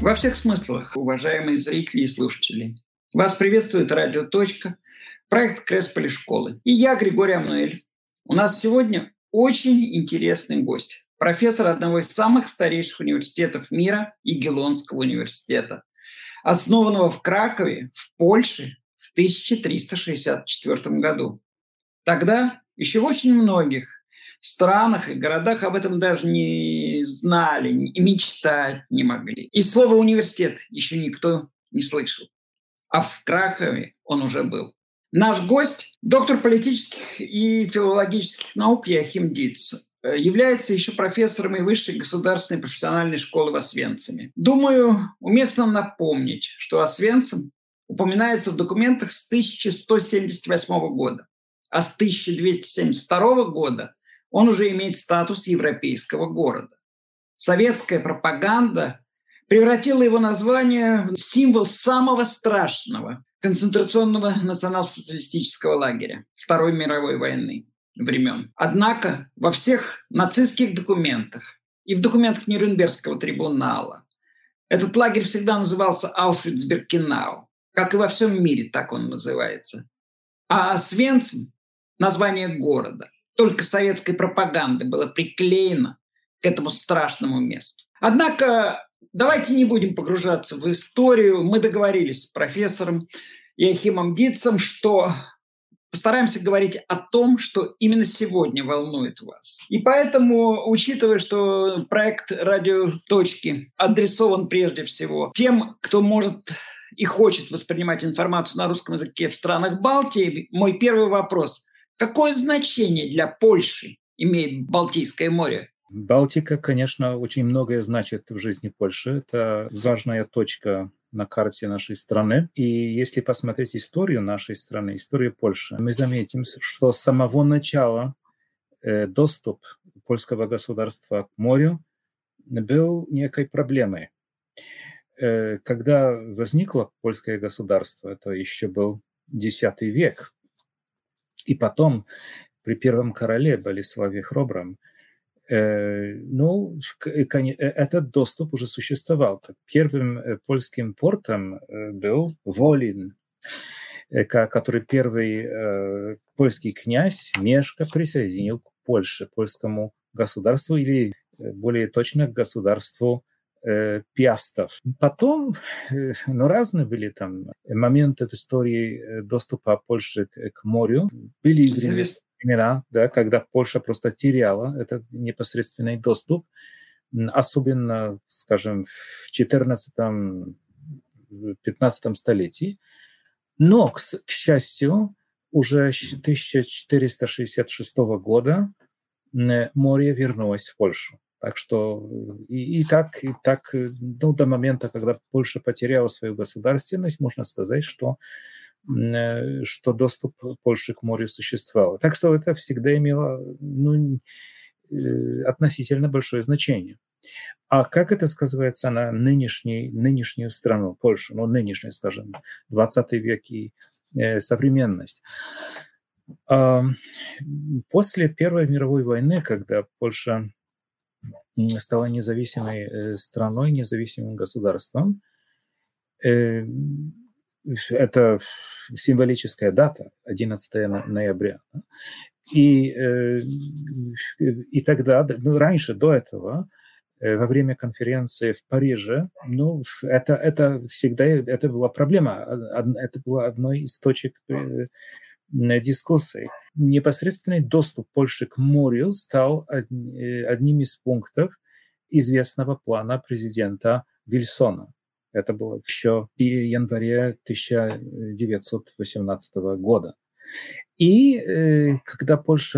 Во всех смыслах, уважаемые зрители и слушатели. Вас приветствует Радио Точка, проект Кресполи школы. И я, Григорий Амнуэль. У нас сегодня очень интересный гость. Профессор одного из самых старейших университетов мира, Ягеллонского университета, основанного в Кракове, в Польше, в 1364 году. Тогда еще в очень многих странах и городах об этом даже не знали и мечтать не могли. И слово «университет» еще никто не слышал. А в Кракове он уже был. Наш гость – доктор политических и филологических наук Йоахим Диц. Является еще профессором и высшей государственной профессиональной школы в Освенциме. Думаю, уместно напомнить, что Освенцим упоминается в документах с 1178 года. А с 1272 года он уже имеет статус европейского города. Советская пропаганда превратила его название в символ самого страшного концентрационного национал-социалистического лагеря Второй мировой войны времен. Однако во всех нацистских документах и в документах Нюрнбергского трибунала этот лагерь всегда назывался Аушвиц-Биркенау, как и во всем мире так он называется. А Освенцим – название города. Только советской пропаганды было приклеено к этому страшному месту. Однако давайте не будем погружаться в историю. Мы договорились с профессором Йоахимом Дицем, что постараемся говорить о том, что именно сегодня волнует вас. И поэтому, учитывая, что проект «Радио Точки» адресован прежде всего тем, кто может и хочет воспринимать информацию на русском языке в странах Балтии, мой первый вопрос – какое значение для Польши имеет Балтийское море? Балтика, конечно, очень многое значит в жизни Польши. Это важная точка на карте нашей страны. И если посмотреть историю нашей страны, историю Польши, мы заметим, что с самого начала доступ польского государства к морю был некой проблемой. Когда возникло польское государство, это еще был X век, и потом при первом короле Болеславе Храбром, этот доступ уже существовал. Первым польским портом был Волин, который первый польский князь Мешко присоединил к Польше, польскому государству, или более точно к государству Пиастов. Потом, разные были там моменты в истории доступа Польши к морю. Были времена, да, когда Польша просто теряла этот непосредственный доступ, особенно, скажем, в 14-15 столетии. Но, к счастью, уже с 1466 года море вернулось в Польшу. Так что и так до момента, когда Польша потеряла свою государственность, можно сказать, что доступ Польши к морю существовал. Так что это всегда имело относительно большое значение. А как это сказывается на нынешнюю страну, Польшу, нынешнюю, скажем, 20 век и современность? После Первой мировой войны, когда Польша стала независимой страной, независимым государством, это символическая дата, 11 ноября. И тогда, раньше, до этого, во время конференции в Париже, это всегда это была проблема, это была одной из точек дискуссий. Непосредственный доступ Польши к морю стал одним из пунктов известного плана президента Вильсона. Это было еще в январе 1918 года. И когда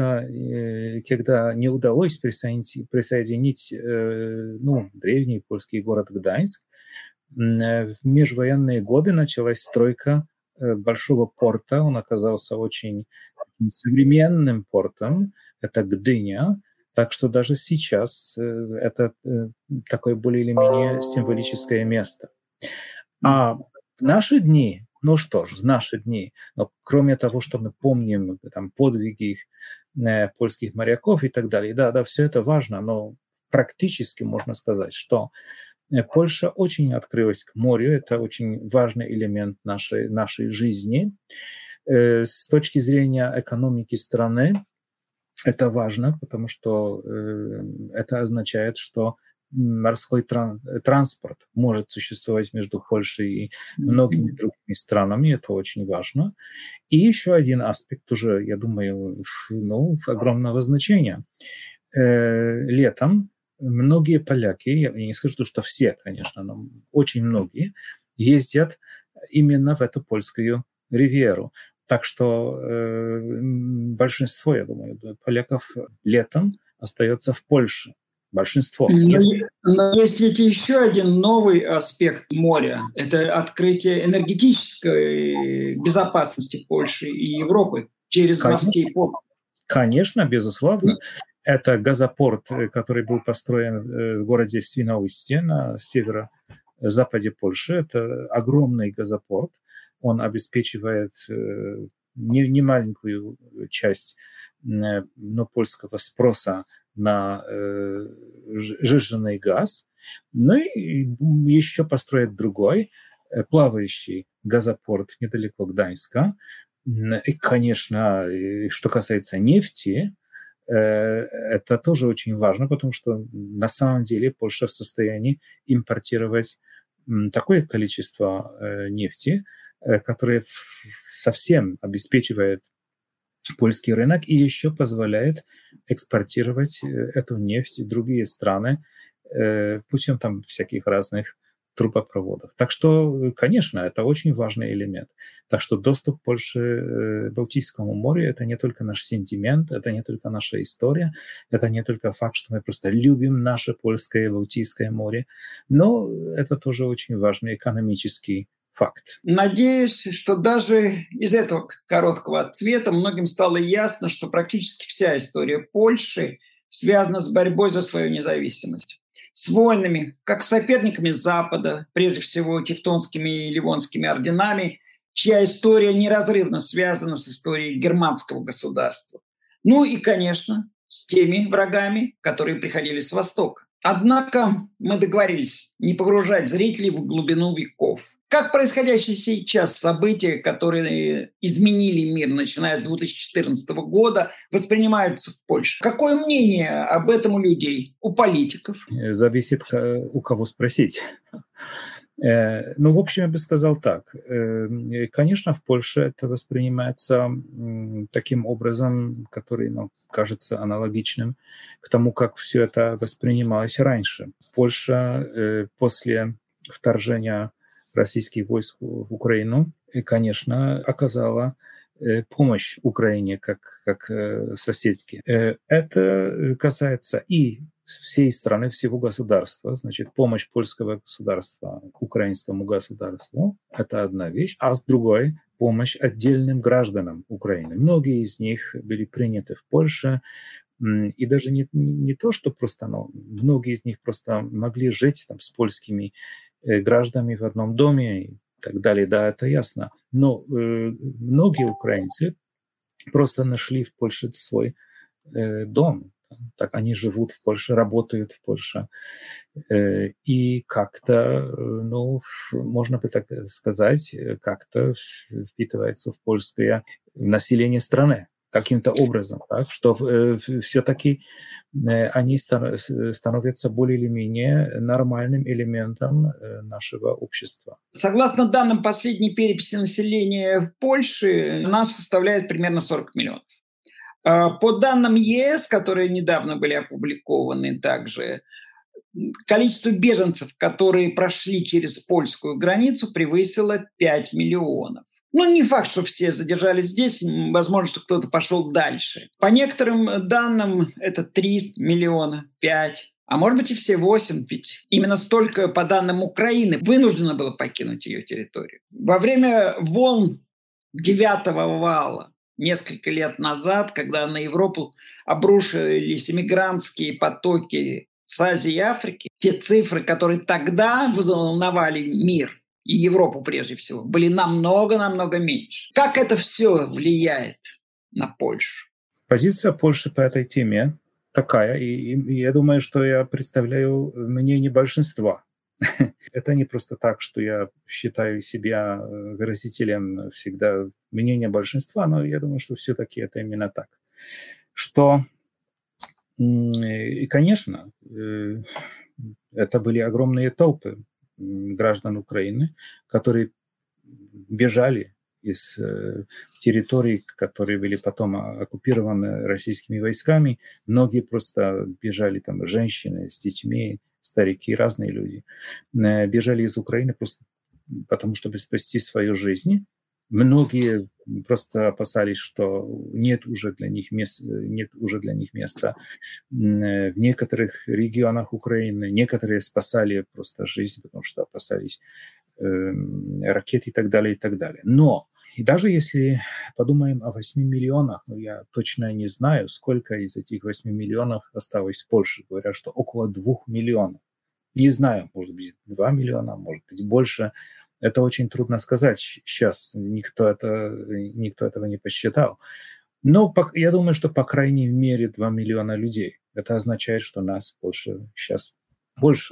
не удалось присоединить древний польский город Гданьск, в межвоенные годы началась стройка большого порта. Он оказался очень современным портом. Это Гдыня. Так что даже сейчас это такое более или менее символическое место. А в наши дни, в наши дни, но кроме того, что мы помним там, подвиги польских моряков и так далее, да, все это важно, но практически можно сказать, что Польша очень открылась к морю, это очень важный элемент нашей жизни. С точки зрения экономики страны это важно, потому что это означает, что морской транспорт может существовать между Польшей и многими другими странами, это очень важно. И еще один аспект уже, я думаю, огромного значения. Летом многие поляки, я не скажу, что все, конечно, но очень многие, ездят именно в эту польскую ривьеру. Так что большинство, я думаю, поляков летом остается в Польше. Большинство. Но есть ведь еще один новый аспект моря. Это открытие энергетической безопасности Польши и Европы через морские порты. Конечно, безусловно. Это газопорт, который был построен в городе Свиноустье на северо-западе Польши. Это огромный газопорт. Он обеспечивает немаленькую часть польского спроса на сжиженный газ. Ну и еще построят другой плавающий газопорт недалеко Гданьска. И, конечно, что касается нефти, это тоже очень важно, потому что на самом деле Польша в состоянии импортировать такое количество нефти, которое совсем обеспечивает польский рынок и еще позволяет экспортировать эту нефть в другие страны путем там всяких разных трубопроводов. Так что, конечно, это очень важный элемент. Так что доступ Польши к Балтийскому морю – это не только наш сентимент, это не только наша история, это не только факт, что мы просто любим наше польское Балтийское море, но это тоже очень важный экономический факт. Надеюсь, что даже из этого короткого ответа многим стало ясно, что практически вся история Польши связана с борьбой за свою независимость. С войнами, как с соперниками Запада, прежде всего тевтонскими и ливонскими орденами, чья история неразрывно связана с историей германского государства. Ну и, конечно, с теми врагами, которые приходили с Востока. Однако мы договорились не погружать зрителей в глубину веков. Как происходящие сейчас события, которые изменили мир, начиная с 2014 года, воспринимаются в Польше? Какое мнение об этом у людей, у политиков? Зависит, у кого спросить. В общем, я бы сказал так. Конечно, в Польше это воспринимается таким образом, который, кажется аналогичным к тому, как все это воспринималось раньше. Польша после вторжения российских войск в Украину, конечно, оказала помощь Украине как соседке. Это касается и всей страны, всего государства. Значит, помощь польского государства украинскому государству – это одна вещь. А с другой – помощь отдельным гражданам Украины. Многие из них были приняты в Польше. И даже не то, что просто, многие из них просто могли жить там с польскими гражданами в одном доме и так далее. Да, это ясно. Но многие украинцы просто нашли в Польше свой дом. Так они живут в Польше, работают в Польше. И как-то, можно бы так сказать, как-то впитывается в польское население страны каким-то образом, так, что все-таки они становятся более или менее нормальным элементом нашего общества. Согласно данным последней переписи населения Польши, нас составляет примерно 40 миллионов. По данным ЕС, которые недавно были опубликованы также, количество беженцев, которые прошли через польскую границу, превысило 5 миллионов. Не факт, что все задержались здесь, возможно, что кто-то пошел дальше. По некоторым данным, это 3 миллиона, 5, а может быть и все 8, ведь именно столько, по данным Украины, вынуждено было покинуть ее территорию. Во время волн 9-го вала, несколько лет назад, когда на Европу обрушились иммигрантские потоки с Азии и Африки, те цифры, которые тогда взволновали мир и Европу прежде всего, были намного меньше. Как это все влияет на Польшу? Позиция Польши по этой теме такая, и я думаю, что я представляю мнение большинства Это не просто так, что я считаю себя выразителем всегда мнения большинства, но я думаю, что все-таки это именно так. Что, и, конечно, это были огромные толпы граждан Украины, которые бежали из территорий, которые были потом оккупированы российскими войсками. Многие просто бежали, там, женщины с детьми, старики, разные люди. Бежали из Украины просто потому, чтобы спасти свою жизнь. Многие просто опасались, что нет уже для них места в некоторых регионах Украины. Некоторые спасали просто жизнь, потому что опасались ракет и так далее, и так далее. Но и даже если подумаем о 8 миллионах, ну, я точно не знаю, сколько из этих 8 миллионов осталось в Польше. Говорят, что около 2 миллионов. Не знаю, может быть, 2 миллиона, может быть, больше. Это очень трудно сказать сейчас. Никто этого не посчитал. Но я думаю, что по крайней мере 2 миллиона людей. Это означает, что нас в Польше сейчас больше.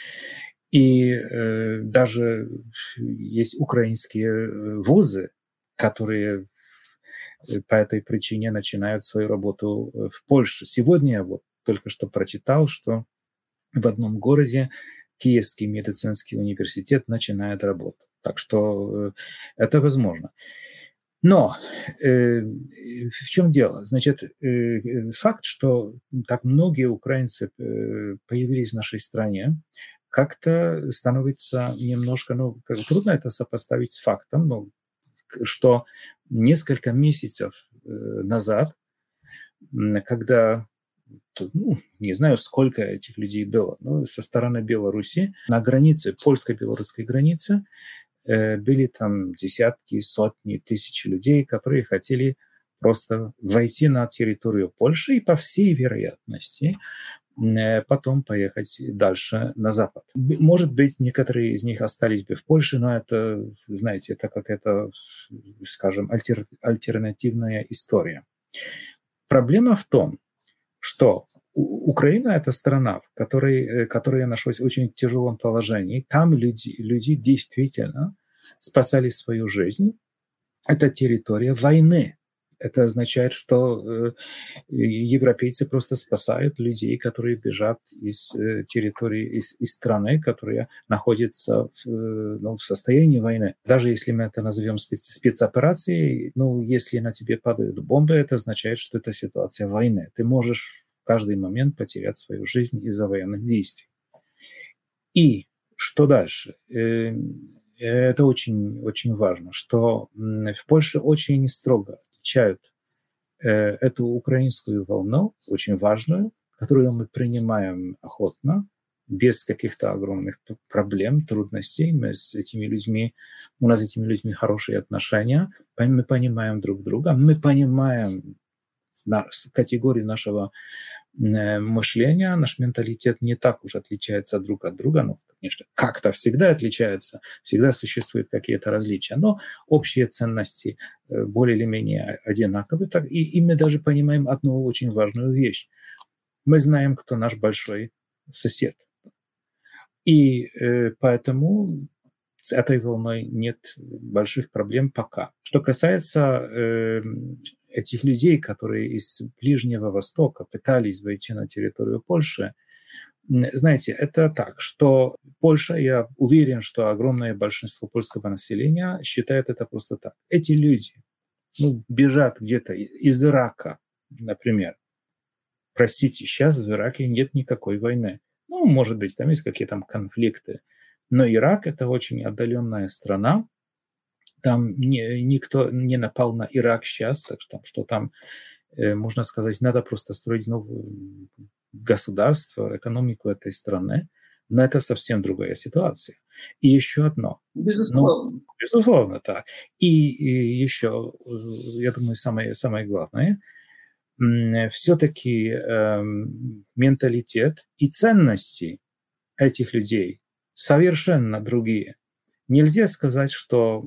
И даже есть украинские вузы, которые по этой причине начинают свою работу в Польше. Сегодня я вот только что прочитал, что в одном городе Киевский медицинский университет начинает работу. Так что это возможно. Но в чем дело? Значит, факт, что так многие украинцы появились в нашей стране, как-то становится немножко, трудно это сопоставить с фактом, что несколько месяцев назад, когда, не знаю, сколько этих людей было, но со стороны Беларуси, на границе, польско-белорусской границе, были там десятки, сотни, тысячи людей, которые хотели просто войти на территорию Польши и, по всей вероятности, потом поехать дальше на запад. Может быть, некоторые из них остались бы в Польше, но это, знаете, это какая-то, скажем, альтернативная история. Проблема в том, что Украина – это страна, которая нашлась в очень тяжелом положении. Там люди действительно спасали свою жизнь. Это территория войны. Это означает, что европейцы просто спасают людей, которые бежат из территории, из страны, которая находится в состоянии войны. Даже если мы это назовем спецоперацией, если на тебе падают бомбы, это означает, что это ситуация войны. Ты можешь в каждый момент потерять свою жизнь из-за военных действий. И что дальше? Это очень, очень важно, что в Польше очень строго отличают эту украинскую волну, очень важную, которую мы принимаем охотно, без каких-то огромных проблем, трудностей. У нас с этими людьми хорошие отношения, мы понимаем друг друга, мы понимаем категории нашего мышления, наш менталитет не так уж отличается друг от друга, конечно, как-то всегда отличается, всегда существуют какие-то различия, но общие ценности более или менее одинаковы, и мы даже понимаем одну очень важную вещь. Мы знаем, кто наш большой сосед. И поэтому с этой волной нет больших проблем пока. Что касается этих людей, которые из Ближнего Востока пытались войти на территорию Польши, знаете, это так, что Польша, я уверен, что огромное большинство польского населения считает это просто так. Эти люди бежат где-то из Ирака, например. Простите, сейчас в Ираке нет никакой войны. Может быть, там есть какие-то конфликты. Но Ирак – это очень отдаленная страна. Там никто не напал на Ирак сейчас, так что там, можно сказать, надо просто строить новое государство, экономику этой страны. Но это совсем другая ситуация. И еще одно. Безусловно. Безусловно, так. И еще, я думаю, самое главное, все-таки менталитет и ценности этих людей совершенно другие. Нельзя сказать, что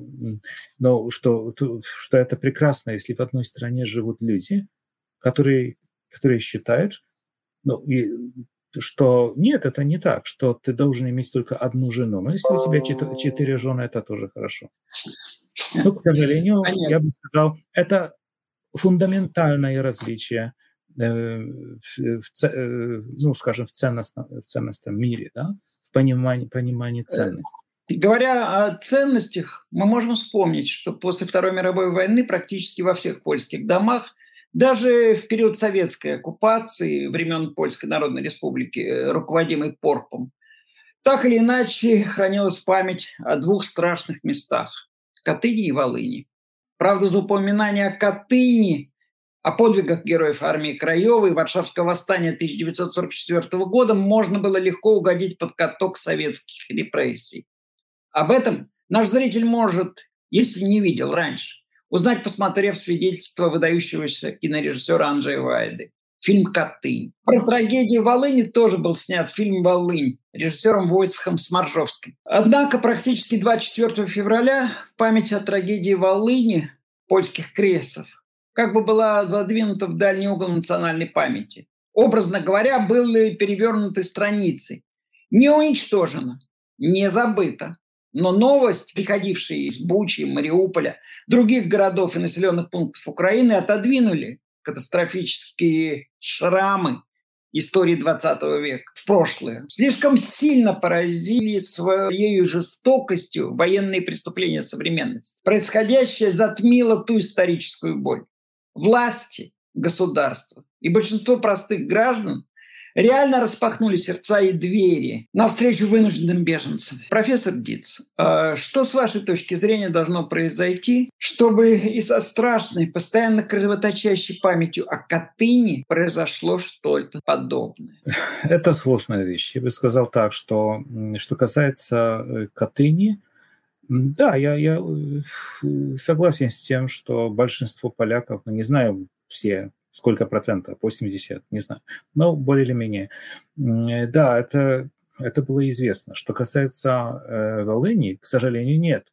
это прекрасно, если в одной стране живут люди, которые считают, что нет, это не так, что ты должен иметь только одну жену. Но если у тебя 4 жены, это тоже хорошо. Но, к сожалению, я бы сказал, это фундаментальное различие, скажем, в ценностном мире, да? В понимании ценностей. Говоря о ценностях, мы можем вспомнить, что после Второй мировой войны практически во всех польских домах, даже в период советской оккупации, времен Польской Народной Республики, руководимой Порпом, так или иначе хранилась память о двух страшных местах – Катыни и Волыни. Правда, за упоминание о Катыни, о подвигах героев армии Краевой, Варшавского восстания 1944 года можно было легко угодить под каток советских репрессий. Об этом наш зритель может, если не видел раньше, узнать, посмотрев свидетельство выдающегося кинорежиссера Анджея Вайды. Фильм «Катынь». Про трагедию Волыни тоже был снят фильм «Волынь» режиссером Войцехом Сморжовским. Однако практически 24 февраля память о трагедии Волыни польских кресов как бы была задвинута в дальний угол национальной памяти. Образно говоря, были перевернуты страницы. Не уничтожено, не забыто. Но новость, приходившая из Бучи, Мариуполя, других городов и населенных пунктов Украины, отодвинули катастрофические шрамы истории 20 века в прошлое. Слишком сильно поразили своей жестокостью военные преступления современности. Происходящее затмило ту историческую боль. Власти, государства и большинство простых граждан реально распахнули сердца и двери навстречу вынужденным беженцам. Профессор Диц, что с вашей точки зрения должно произойти, чтобы и со страшной, постоянно кровоточащей памятью о Катыни произошло что-то подобное? Это сложная вещь. Я бы сказал так, что касается Катыни, да, я согласен с тем, что большинство поляков, не знаю все, сколько процентов, 80, не знаю, но более или менее. Да, это было известно. Что касается Волыни, к сожалению, нет.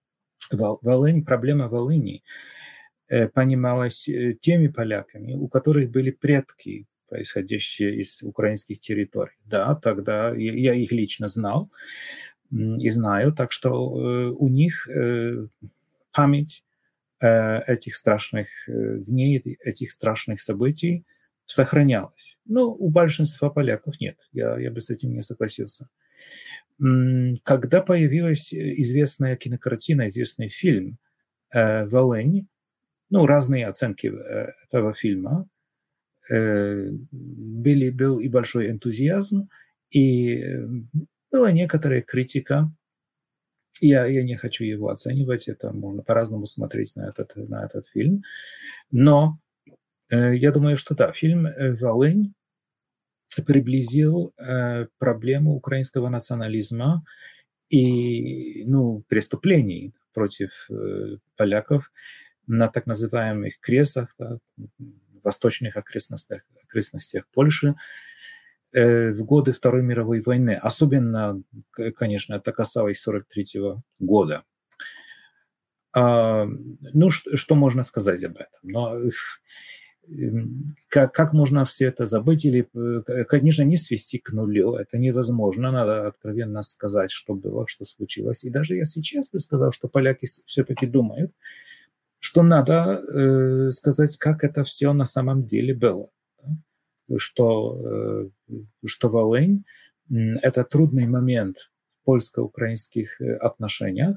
Проблема Волыни понималась теми поляками, у которых были предки, происходящие из украинских территорий. Да, тогда я их лично знал и знаю, так что у них память этих страшных дней, этих страшных событий сохранялась. Но у большинства поляков нет. Я бы с этим не согласился. Когда появилась известная кинокартина, известный фильм «Волынь», разные оценки этого фильма, был и большой энтузиазм, и была некоторая критика. Я не хочу его оценивать, это можно по-разному смотреть на этот фильм. Но я думаю, что да, фильм «Волынь» приблизил проблему украинского национализма и преступлений против поляков на так называемых кресах, да, восточных окрестностях Польши в годы Второй мировой войны. Особенно, конечно, это касалось 1943 года. Что можно сказать об этом? Но как можно все это забыть или, конечно, не свести к нулю? Это невозможно. Надо откровенно сказать, что было, что случилось. И даже я сейчас бы сказал, что поляки все-таки думают, что надо сказать, как это все на самом деле было. Что Волынь – это трудный момент в польско-украинских отношениях.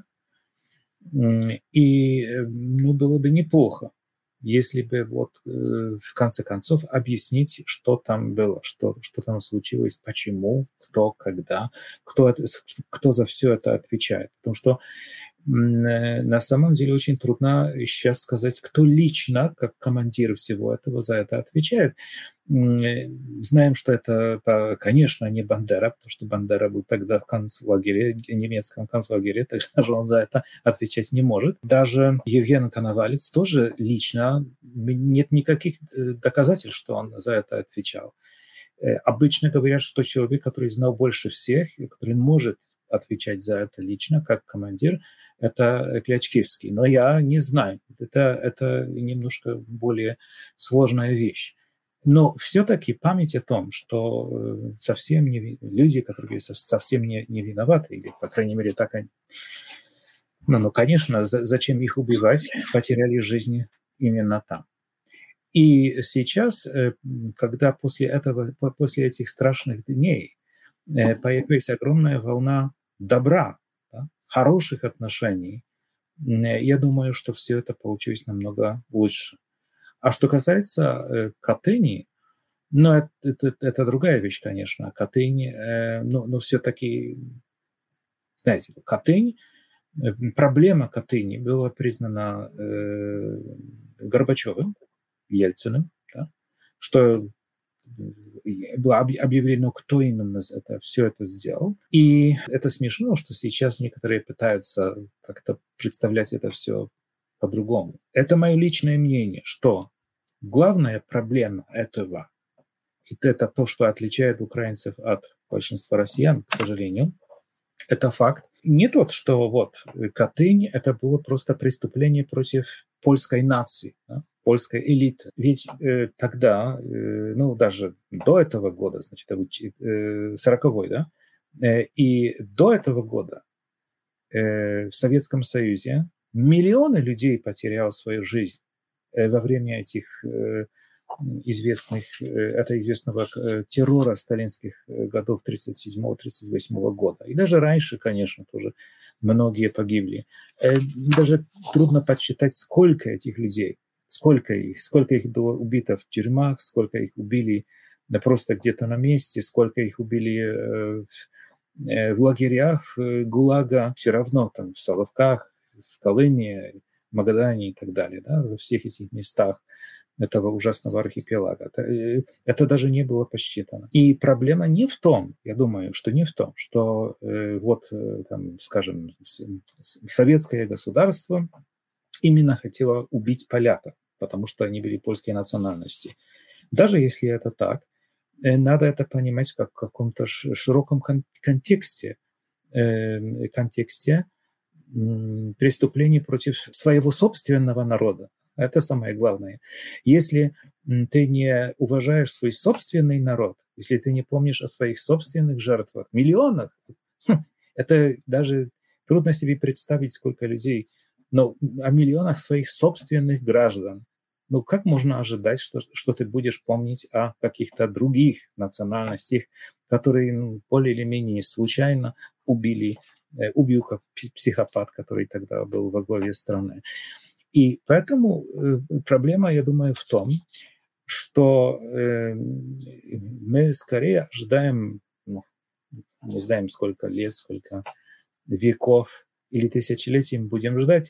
И было бы неплохо, если бы в конце концов объяснить, что там было, что там случилось, почему, кто, когда, кто за все это отвечает. Потому что на самом деле очень трудно сейчас сказать, кто лично, как командир всего этого, за это отвечает. Знаем, что это, конечно, не Бандера, потому что Бандера был тогда в концлагере, немецком концлагере, так что он за это отвечать не может. Даже Евген Коновалец тоже лично, нет никаких доказательств, что он за это отвечал. Обычно говорят, что человек, который знал больше всех, который может отвечать за это лично, как командир, это Клячкевский. Но я не знаю. Это немножко более сложная вещь. Но все-таки память о том, что совсем не, люди, которые совсем не виноваты, или, по крайней мере, так они... Ну, конечно, зачем их убивать, потеряли жизни именно там. И сейчас, когда после этих страшных дней появилась огромная волна добра, да, хороших отношений, я думаю, что все это получилось намного лучше. А что касается Катыни, ну, это другая вещь, конечно. Катынь, но все-таки, знаете, Катынь, проблема Катыни была признана Горбачевым, Ельциным, да, что было объявлено, кто именно все это сделал. И это смешно, что сейчас некоторые пытаются как-то представлять это все по-другому. Это мое личное мнение, что главная проблема этого, и это то, что отличает украинцев от большинства россиян, к сожалению, это факт. Не тот, что вот Катынь, это было просто преступление против польской нации, да, польской элиты. Ведь тогда, ну, даже до этого года, значит, 40-й, да, и до этого года в Советском Союзе миллионы людей потеряли свою жизнь во время этих известного террора сталинских годов 1937-1938 года. И даже раньше, конечно, тоже многие погибли. Даже трудно подсчитать, сколько этих людей, сколько их было убито в тюрьмах, сколько их убили просто где-то на месте, сколько их убили в лагерях ГУЛАГа, все равно там в Соловках, в Колыме, в Магадане и так далее, да, во всех этих местах этого ужасного архипелага. Это даже не было посчитано. И проблема не в том, я думаю, что не в том, что там, скажем, советское государство именно хотело убить поляков, потому что они были польской национальности. Даже если это так, надо это понимать как в каком-то широком контексте преступлений против своего собственного народа. Это самое главное. Если ты не уважаешь свой собственный народ, если ты не помнишь о своих собственных жертвах, миллионах, это даже трудно себе представить, сколько людей, но о миллионах своих собственных граждан. Ну, как можно ожидать, что ты будешь помнить о каких-то других национальностях, которые более или менее случайно убил как психопат, который тогда был во главе страны. И поэтому проблема, я думаю, в том, что мы скорее ожидаем, не знаем, сколько лет, сколько веков или тысячелетий мы будем ждать,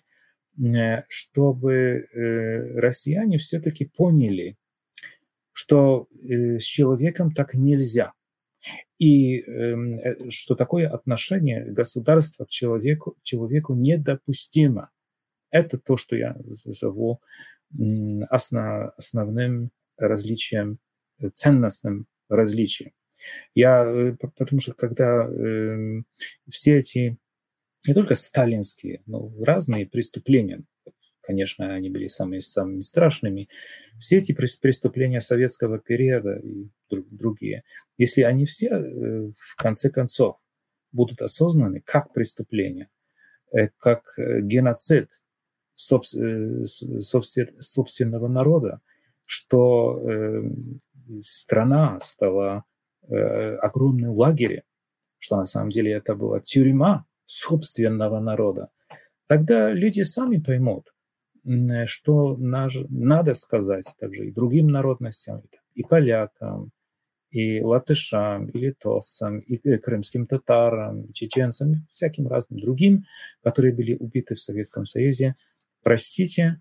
чтобы россияне все-таки поняли, что с человеком так нельзя. И что такое отношение государства к человеку недопустимо. Это то, что я зову основным различием, ценностным различием. Потому что когда все эти, не только сталинские, но разные преступления, конечно, они были самыми страшными, все эти преступления советского периода и другие, если они все в конце концов будут осознаны как преступления, как геноцид собственного народа, что страна стала огромным лагерем, что на самом деле это была тюрьма собственного народа, тогда люди сами поймут, что надо сказать также и другим народностям, и полякам, и латышам, и литовцам, и крымским татарам, и чеченцам, и всяким разным другим, которые были убиты в Советском Союзе. Простите,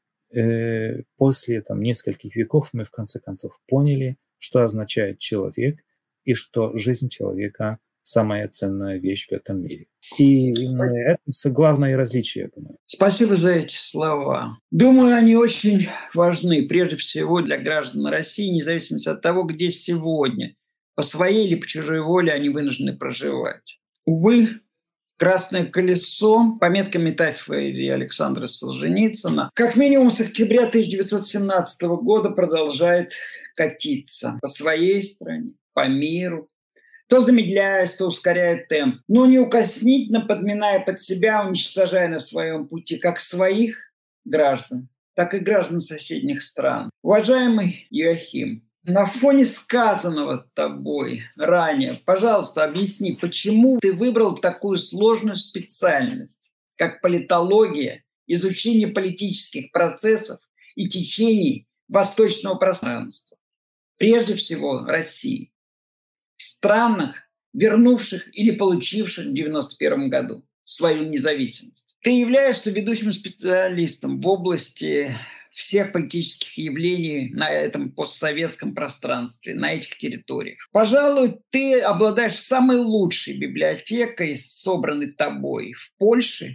после нескольких веков мы в конце концов поняли, что означает человек, и что жизнь человека самая ценная вещь в этом мире. И это главное различие, я думаю. Спасибо за эти слова. Думаю, они очень важны, прежде всего для граждан России, независимо от того, где сегодня, по своей или по чужой воле они вынуждены проживать. Увы, «Красное колесо», пометка метафоры Александра Солженицына, как минимум с октября 1917 года продолжает катиться по своей стране, по миру, то замедляясь, то ускоряя темп, но неукоснительно подминая под себя, уничтожая на своем пути как своих граждан, так и граждан соседних стран. Уважаемый Иоахим, на фоне сказанного тобой ранее, пожалуйста, объясни, почему ты выбрал такую сложную специальность, как политология, изучение политических процессов и течений восточного пространства, прежде всего России, в странах, вернувших или получивших в 1991 году свою независимость. Ты являешься ведущим специалистом в области всех политических явлений на этом постсоветском пространстве, на этих территориях. Пожалуй, ты обладаешь самой лучшей библиотекой, собранной тобой в Польше,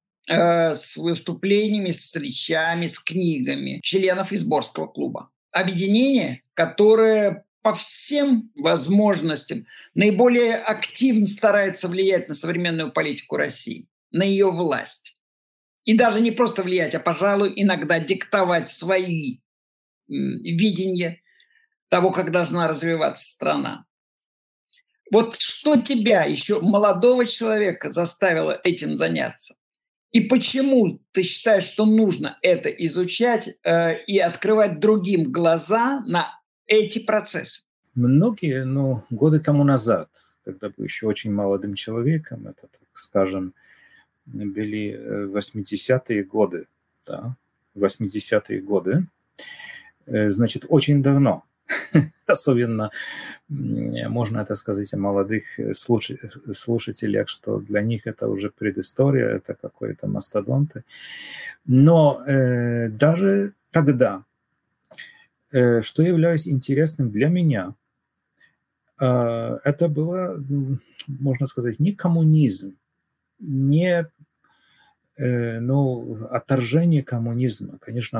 с выступлениями, с речами, с книгами членов Изборского клуба. Объединение, которое по всем возможностям наиболее активно старается влиять на современную политику России, на ее власть. И даже не просто влиять, а, пожалуй, иногда диктовать свои видения того, как должна развиваться страна. Вот что тебя, еще молодого человека, заставило этим заняться? И почему ты считаешь, что нужно это изучать и открывать другим глаза на эти процессы? Многие, годы тому назад, когда был еще очень молодым человеком, это, так скажем, были 80-е годы, да, 80-е годы, значит, очень давно, особенно можно это сказать о молодых слушателях, что для них это уже предыстория, это какие-то мастодонты. Но даже тогда, что является интересным для меня, это было, можно сказать, не коммунизм, не отторжение коммунизма. Конечно,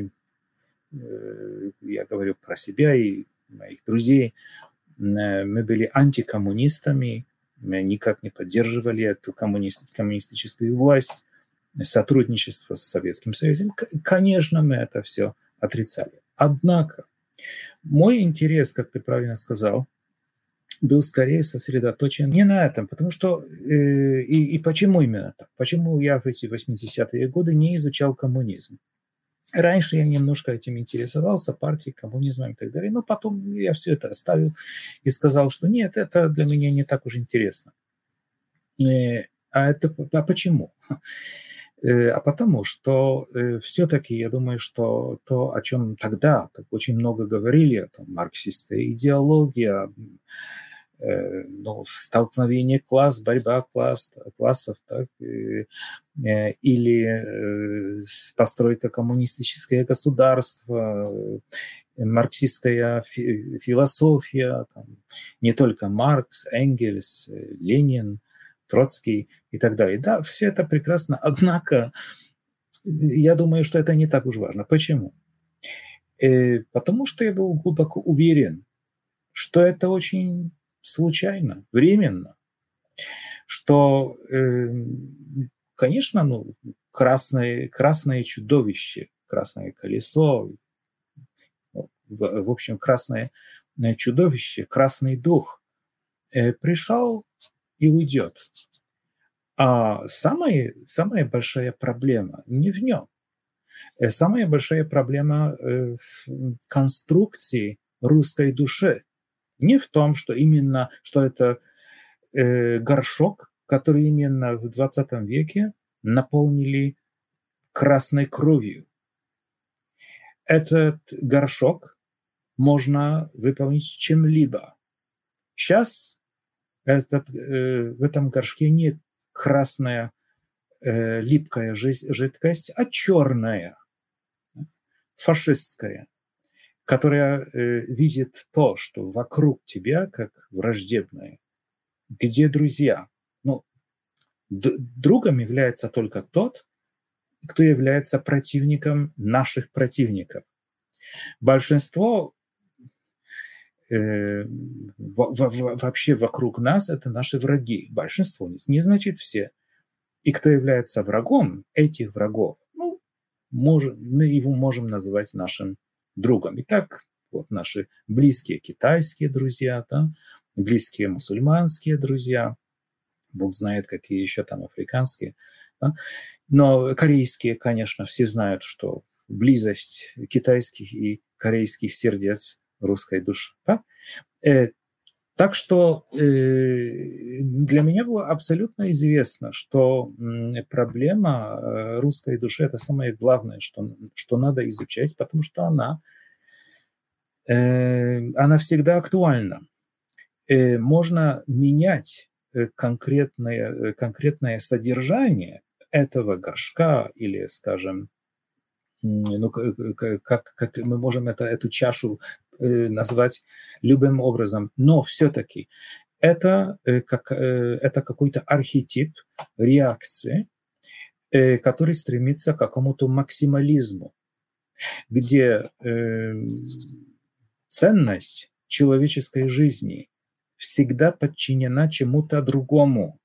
я говорю про себя и моих друзей, мы были антикоммунистами, мы никак не поддерживали эту коммунистическую власть, сотрудничество с Советским Союзом. Конечно, мы это все отрицали. Однако мой интерес, как ты правильно сказал, был скорее сосредоточен не на этом, потому что и почему именно так? Почему я в эти 80-е годы не изучал коммунизм? Раньше я немножко этим интересовался, партией, коммунизмом и так далее, но потом я все это оставил и сказал, что нет, это для меня не так уж интересно. А почему? А потому что все-таки я думаю, что то, о чем тогда так очень много говорили, там, марксистская идеология, столкновение класс, борьба классов, так, или постройка коммунистического государства, марксистская философия, там, не только Маркс, Энгельс, Ленин, Троцкий и так далее. Да, все это прекрасно, однако я думаю, что это не так уж важно. Почему? Потому что я был глубоко уверен, что это очень случайно, временно, что, конечно, красное чудовище, красное колесо, в общем, красное чудовище, красный дух пришел и уйдет. А самая большая проблема не в нем. Самая большая проблема в конструкции русской души. Не в том, что это горшок, который именно в 20 веке наполнили красной кровью. Этот горшок можно выполнить чем-либо. Сейчас в этом горшке не красная липкая жидкость, а черная, фашистская, которая видит то, что вокруг тебя как враждебное. Где друзья? Другом является только тот, кто является противником наших противников. Большинство вообще вокруг нас это наши враги. Большинство, не значит все. И кто является врагом этих врагов, мы его можем назвать нашим другом. Итак, вот наши близкие китайские друзья, да, близкие мусульманские друзья, Бог знает, какие еще там африканские, да. Но корейские, конечно, все знают, что близость китайских и корейских сердец русской души. Да? Так что для меня было абсолютно известно, что проблема русской души – это самое главное, что надо изучать, потому что она всегда актуальна. Можно менять конкретное содержание этого горшка или, скажем, ну, как мы можем эту чашу назвать любым образом, но все-таки это какой-то архетип реакции, который стремится к какому-то максимализму, где ценность человеческой жизни всегда подчинена чему-то другому,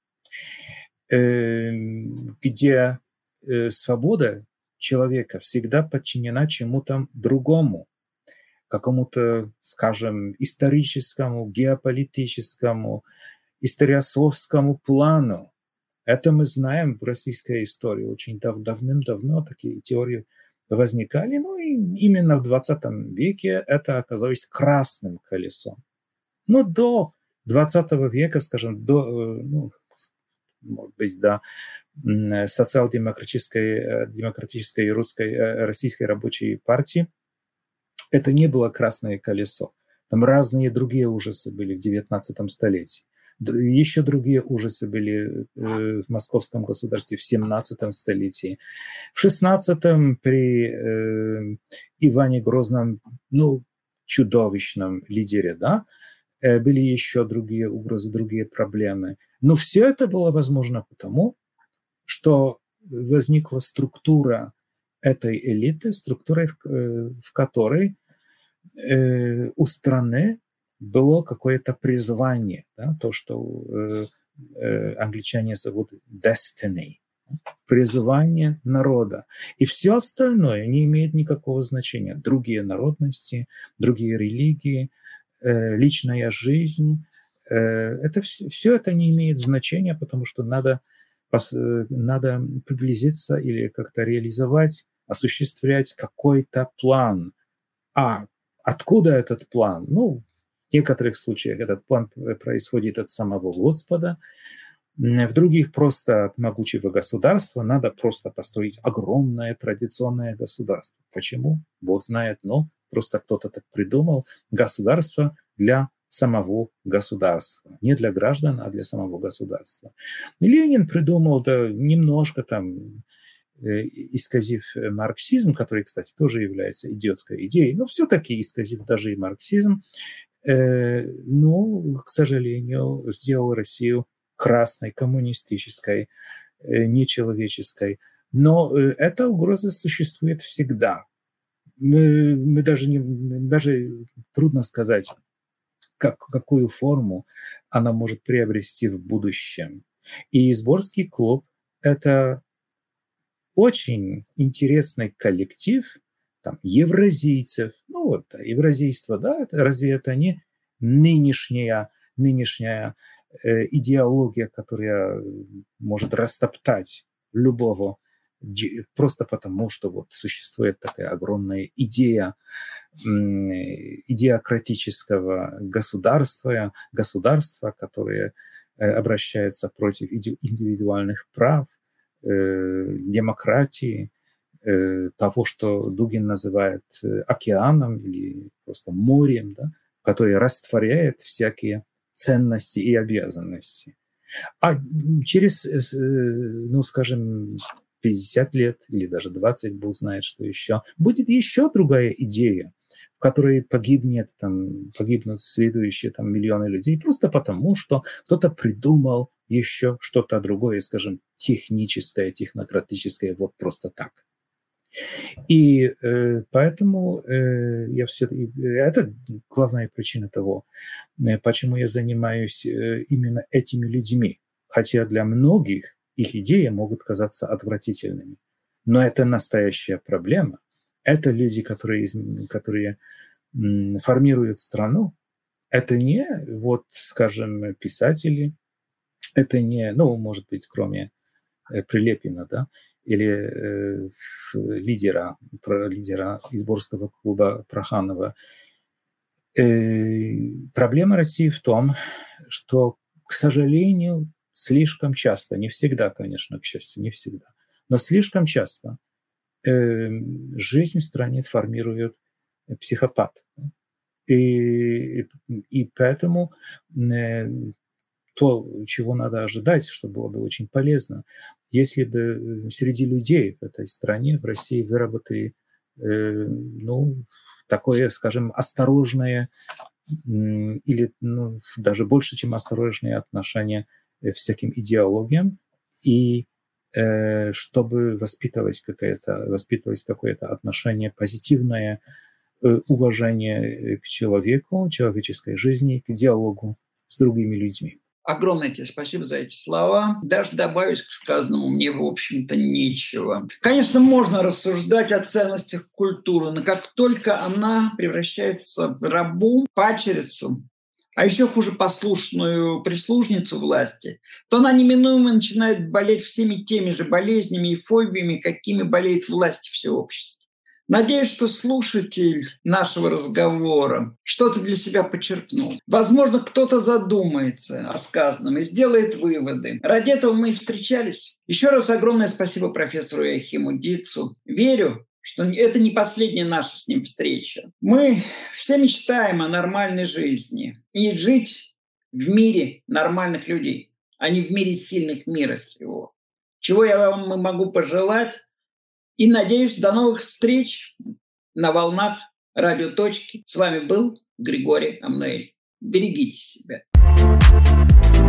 где свобода человека всегда подчинена чему-то другому, какому-то, скажем, историческому, геополитическому, историосовскому плану. Это мы знаем в российской истории. Очень давным-давно такие теории возникали. Ну и именно в 20 веке это оказалось красным колесом. Но до 20 века, скажем, может быть, до социал-демократической российской рабочей партии, это не было красное колесо. Там разные другие ужасы были в 19 столетии. Еще другие ужасы были в Московском государстве в 17 столетии. В 16-м при Иване Грозном, чудовищном лидере, да, были еще другие угрозы, другие проблемы. Но все это было возможно потому, что возникла структура этой элиты, структура, в которой у страны было какое-то призвание, да, то, что англичане зовут destiny, призвание народа. И все остальное не имеет никакого значения. Другие народности, другие религии, личная жизнь, все это не имеет значения, потому что надо приблизиться или как-то реализовать, осуществлять какой-то план. А откуда этот план? В некоторых случаях этот план происходит от самого Господа, в других просто от могучего государства. Надо просто построить огромное традиционное государство. Почему? Бог знает, но просто кто-то так придумал. Государство для самого государства. Не для граждан, а для самого государства. Ленин придумал, немножко исказив марксизм, который, кстати, тоже является идиотской идеей, но все-таки исказив даже и марксизм, к сожалению, сделал Россию красной, коммунистической, нечеловеческой. Но эта угроза существует всегда. Мы даже трудно сказать, какую форму она может приобрести в будущем. И Изборский клуб – это очень интересный коллектив евразийцев. Евразийство, да, разве это не нынешняя идеология, которая может растоптать любого просто потому, что существует такая огромная идеократического государства, которое обращается против индивидуальных прав, демократии, того, что Дугин называет океаном или просто морем, да, который растворяет всякие ценности и обязанности. А через, скажем, 50 лет или даже 20, Бог знает, что еще, будет еще другая идея, в которой погибнут следующие миллионы людей, просто потому, что кто-то придумал еще что-то другое, скажем, техническое, технократическое, просто так. И поэтому это главная причина того, почему я занимаюсь именно этими людьми. Хотя для многих их идеи могут казаться отвратительными. Но это настоящая проблема. Это люди, которые формируют страну, это не, вот, скажем, писатели, это не, ну, может быть, кроме Прилепина, да, или лидера Изборского клуба Проханова. Проблема России в том, что, к сожалению, слишком часто, не всегда, конечно, к счастью, не всегда, но слишком часто жизнь в стране формирует психопат. И поэтому то, чего надо ожидать, что было бы очень полезно, если бы среди людей в этой стране, в России, выработали, ну, такое, скажем, осторожное или даже больше, чем осторожное отношение к всяким идеологиям, и чтобы воспитывалось какое-то отношение позитивное, уважение к человеку, человеческой жизни, к диалогу с другими людьми. Огромное тебе спасибо за эти слова. Даже добавить к сказанному мне, в общем-то, нечего. Конечно, можно рассуждать о ценностях культуры, но как только она превращается в рабу, падчерицу, а еще хуже послушную прислужницу власти, то она неминуемо начинает болеть всеми теми же болезнями и фобиями, какими болеет власть всеобщества. Надеюсь, что слушатель нашего разговора что-то для себя подчеркнул. Возможно, кто-то задумается о сказанном и сделает выводы. Ради этого мы и встречались. Еще раз огромное спасибо профессору Иохиму Дицу. Верю, что это не последняя наша с ним встреча. Мы все мечтаем о нормальной жизни и жить в мире нормальных людей, а не в мире сильных мира сего. Чего я вам могу пожелать? И надеюсь, до новых встреч на волнах радиоточки. С вами был Григорий Амнуэль. Берегите себя.